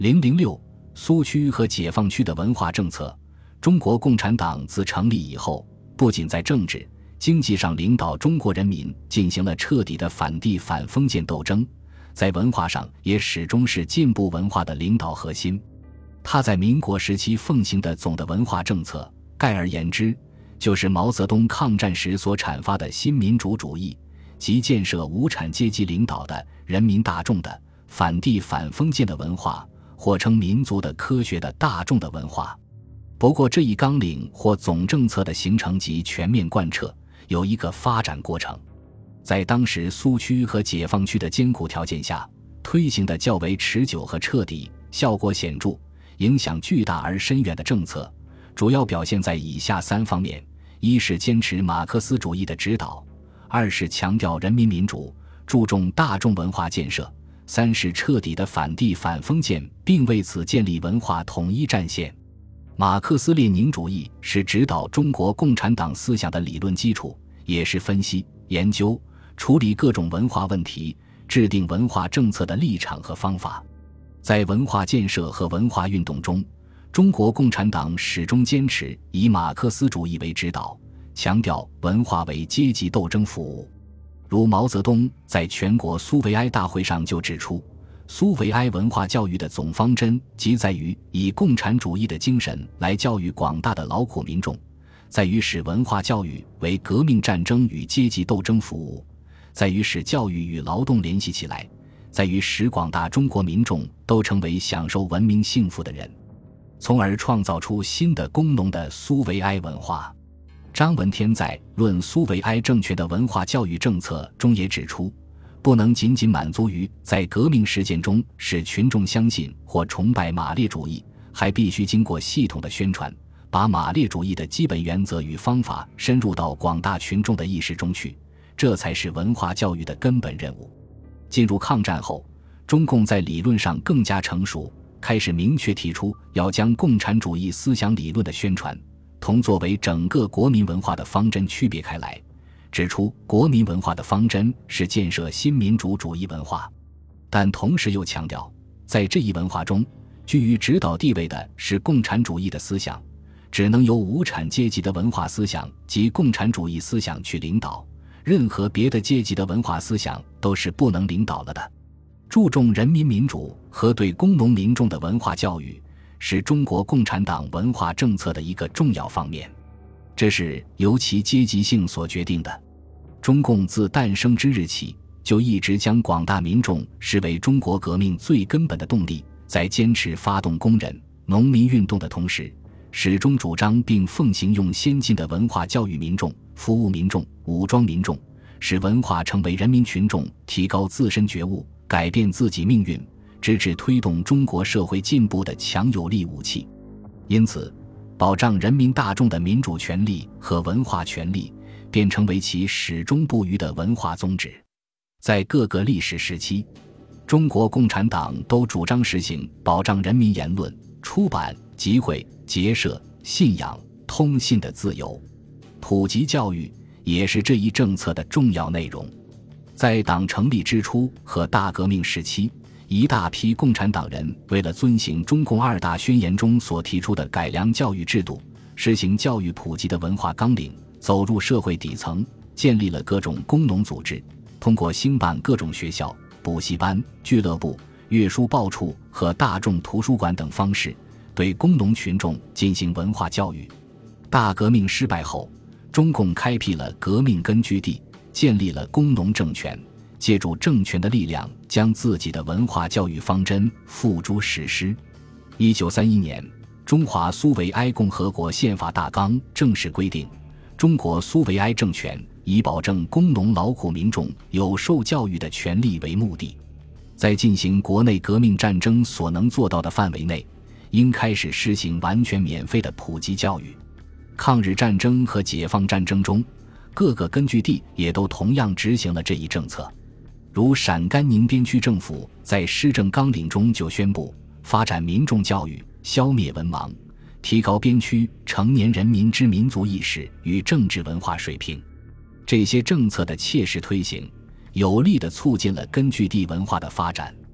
006苏区和解放区的文化政策。中国共产党自成立以后，不仅在政治、经济上领导中国人民进行了彻底的反帝反封建斗争，在文化上也始终是进步文化的领导核心。他在民国时期奉行的总的文化政策，概而言之，就是毛泽东抗战时所阐发的新民主主义，即建设无产阶级领导的人民大众的反帝反封建的文化，或称民族的科学的大众的文化。不过这一纲领或总政策的形成及全面贯彻有一个发展过程。在当时苏区和解放区的艰苦条件下，推行的较为持久和彻底、效果显著、影响巨大而深远的政策，主要表现在以下3方面：一是坚持马克思主义的指导；二是强调人民民主，注重大众文化建设；三是彻底的反帝反封建，并为此建立文化统一战线。马克思列宁主义是指导中国共产党思想的理论基础，也是分析、研究、处理各种文化问题、制定文化政策的立场和方法。在文化建设和文化运动中，中国共产党始终坚持以马克思主义为指导，强调文化为阶级斗争服务。如毛泽东在全国苏维埃大会上就指出，苏维埃文化教育的总方针即在于以共产主义的精神来教育广大的劳苦民众，在于使文化教育为革命战争与阶级斗争服务，在于使教育与劳动联系起来，在于使广大中国民众都成为享受文明幸福的人，从而创造出新的工农的苏维埃文化。张闻天在《论苏维埃政权的文化教育政策》中也指出，不能仅仅满足于在革命实践中使群众相信或崇拜马列主义，还必须经过系统的宣传，把马列主义的基本原则与方法深入到广大群众的意识中去，这才是文化教育的根本任务。进入抗战后，中共在理论上更加成熟，开始明确提出要将共产主义思想理论的宣传同作为整个国民文化的方针区别开来，指出国民文化的方针是建设新民主主义文化，但同时又强调，在这一文化中，居于指导地位的是共产主义的思想，只能由无产阶级的文化思想及共产主义思想去领导，任何别的阶级的文化思想都是不能领导了的。注重人民民主和对工农民众的文化教育，是中国共产党文化政策的一个重要方面，这是由其阶级性所决定的。中共自诞生之日起，就一直将广大民众视为中国革命最根本的动力，在坚持发动工人、农民运动的同时，始终主张并奉行用先进的文化教育民众、服务民众、武装民众，使文化成为人民群众提高自身觉悟、改变自己命运，直至推动中国社会进步的强有力武器。因此，保障人民大众的民主权利和文化权利便成为其始终不渝的文化宗旨。在各个历史时期，中国共产党都主张实行保障人民言论、出版、集会、结社、信仰、通信的自由。普及教育也是这一政策的重要内容。在党成立之初和大革命时期，一大批共产党人为了遵行中共2大宣言中所提出的改良教育制度、实行教育普及的文化纲领，走入社会底层，建立了各种工农组织，通过兴办各种学校、补习班、俱乐部、阅书报处和大众图书馆等方式，对工农群众进行文化教育。大革命失败后，中共开辟了革命根据地，建立了工农政权，借助政权的力量，将自己的文化教育方针付诸实施。1931年，中华苏维埃共和国宪法大纲正式规定，中国苏维埃政权以保证工农劳苦民众有受教育的权利为目的，在进行国内革命战争所能做到的范围内，应开始实行完全免费的普及教育。抗日战争和解放战争中，各个根据地也都同样执行了这一政策。如陕甘宁边区政府在施政纲领中就宣布发展民众教育，消灭文盲，提高边区成年人民之民族意识与政治文化水平。这些政策的切实推行，有力地促进了根据地文化的发展。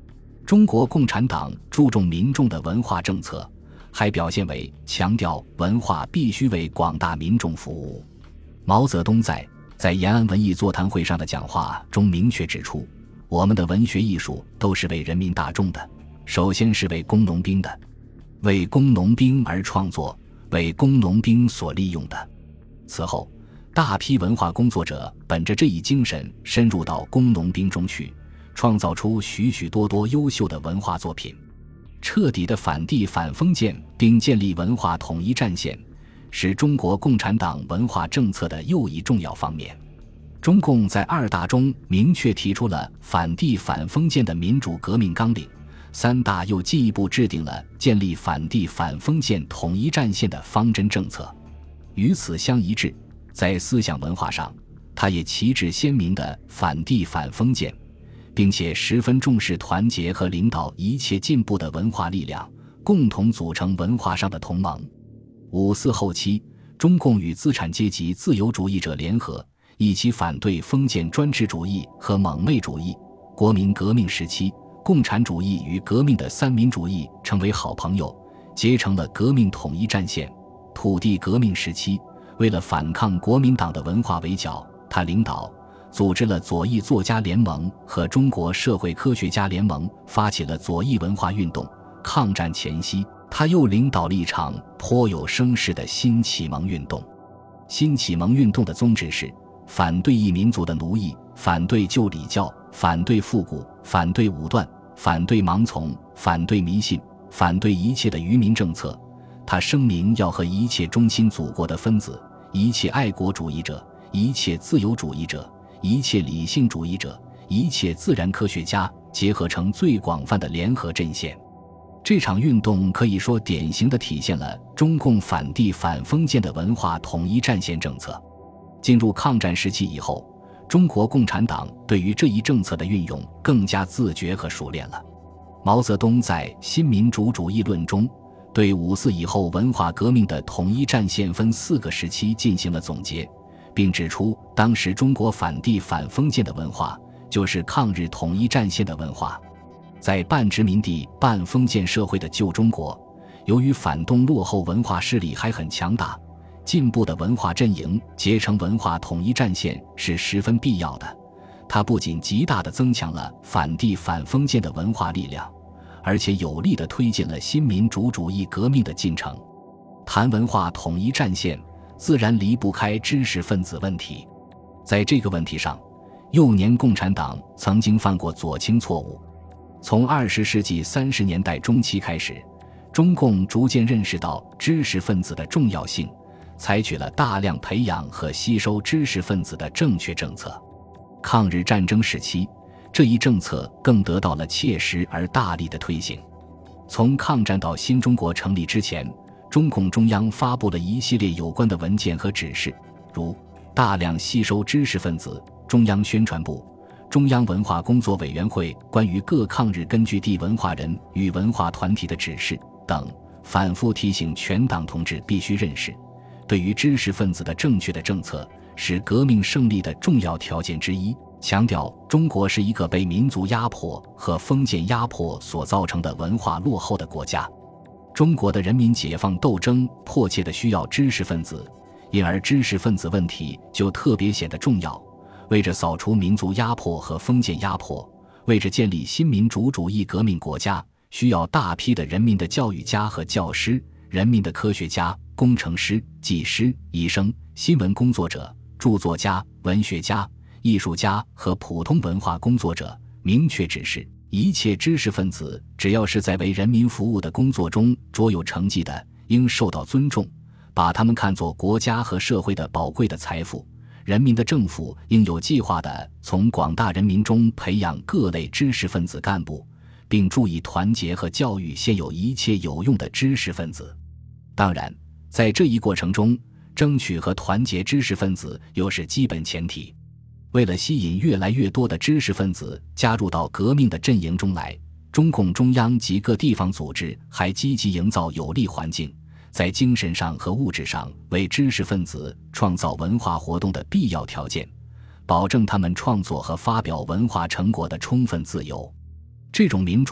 中国共产党注重民众的文化政策，还表现为强调文化必须为广大民众服务。毛泽东在延安文艺座谈会上的讲话中明确指出，我们的文学艺术都是为人民大众的，首先是为工农兵的，为工农兵而创作，为工农兵所利用的。此后，大批文化工作者本着这一精神深入到工农兵中去，创造出许许多多优秀的文化作品。彻底的反帝反封建并建立文化统一战线，是中国共产党文化政策的又一重要方面。中共在2大中明确提出了反帝反封建的民主革命纲领，3大又进一步制定了建立反帝反封建统一战线的方针政策。与此相一致，在思想文化上，他也旗帜鲜明地反帝反封建，并且十分重视团结和领导一切进步的文化力量，共同组成文化上的同盟。5·4后期，中共与资产阶级自由主义者联合，一起反对封建专制主义和蒙昧主义。国民革命时期，共产主义与革命的三民主义成为好朋友，结成了革命统一战线。土地革命时期，为了反抗国民党的文化围剿，他领导组织了左翼作家联盟和中国社会科学家联盟，发起了左翼文化运动。抗战前夕，他又领导了一场颇有声势的新启蒙运动。新启蒙运动的宗旨是反对异民族的奴役，反对旧礼教，反对复古，反对武断，反对盲从，反对迷信，反对一切的愚民政策。他声明要和一切忠心祖国的分子，一切爱国主义者，一切自由主义者，一切理性主义者，一切自然科学家结合成最广泛的联合阵线。这场运动可以说典型地体现了中共反帝反封建的文化统一战线政策。进入抗战时期以后，中国共产党对于这一政策的运用更加自觉和熟练了。毛泽东在《新民主主义论》中对5·4以后文化革命的统一战线分4个时期进行了总结，并指出当时中国反帝反封建的文化就是抗日统一战线的文化。在半殖民地半封建社会的旧中国，由于反动落后文化势力还很强大，进步的文化阵营结成文化统一战线是十分必要的。它不仅极大地增强了反帝反封建的文化力量，而且有力地推进了新民主主义革命的进程。谈文化统一战线，自然离不开知识分子问题。在这个问题上，幼年共产党曾经犯过左倾错误。从20世纪30年代中期开始，中共逐渐认识到知识分子的重要性，采取了大量培养和吸收知识分子的正确政策。抗日战争时期，这一政策更得到了切实而大力的推行。从抗战到新中国成立之前，中共中央发布了一系列有关的文件和指示，如大量吸收知识分子、中央宣传部、中央文化工作委员会关于各抗日根据地文化人与文化团体的指示等，反复提醒全党同志必须认识，对于知识分子的正确的政策是革命胜利的重要条件之一，强调中国是一个被民族压迫和封建压迫所造成的文化落后的国家。中国的人民解放斗争迫切地需要知识分子，因而知识分子问题就特别显得重要。为着扫除民族压迫和封建压迫，为着建立新民主主义革命国家，需要大批的人民的教育家和教师，人民的科学家、工程师、技师、医生、新闻工作者、著作家、文学家、艺术家和普通文化工作者。明确指示一切知识分子只要是在为人民服务的工作中卓有成绩的，应受到尊重，把他们看作国家和社会的宝贵的财富。人民的政府应有计划地从广大人民中培养各类知识分子干部，并注意团结和教育现有一切有用的知识分子。当然，在这一过程中，争取和团结知识分子又是基本前提。为了吸引越来越多的知识分子加入到革命的阵营中来，中共中央及各地方组织还积极营造有利环境，在精神上和物质上为知识分子创造文化活动的必要条件，保证他们创作和发表文化成果的充分自由。这种民主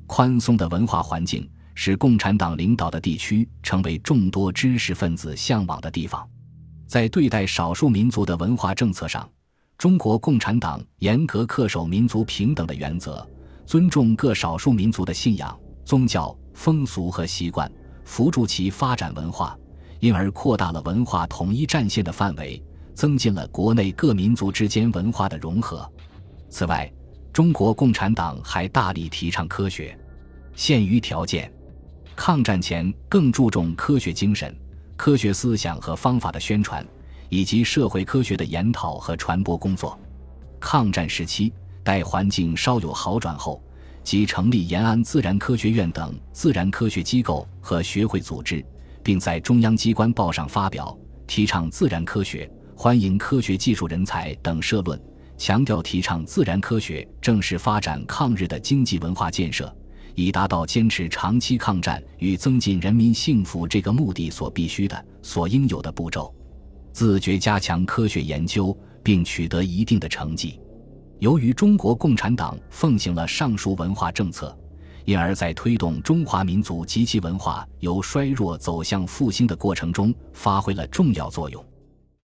宽松的文化环境使共产党领导的地区成为众多知识分子向往的地方。在对待少数民族的文化政策上，中国共产党严格恪守民族平等的原则，尊重各少数民族的信仰、宗教、风俗和习惯，扶助其发展文化，因而扩大了文化统一战线的范围，增进了国内各民族之间文化的融合。此外，中国共产党还大力提倡科学。限于条件，抗战前更注重科学精神、科学思想和方法的宣传，以及社会科学的研讨和传播工作。抗战时期，待环境稍有好转后，即成立延安自然科学院等自然科学机构和学会组织，并在中央机关报上发表提倡自然科学、欢迎科学技术人才等社论，强调提倡自然科学正是发展抗日的经济文化建设，以达到坚持长期抗战与增进人民幸福这个目的所必须的、所应有的步骤。自觉加强科学研究，并取得一定的成绩。由于中国共产党奉行了上述文化政策，因而在推动中华民族及其文化由衰弱走向复兴的过程中发挥了重要作用。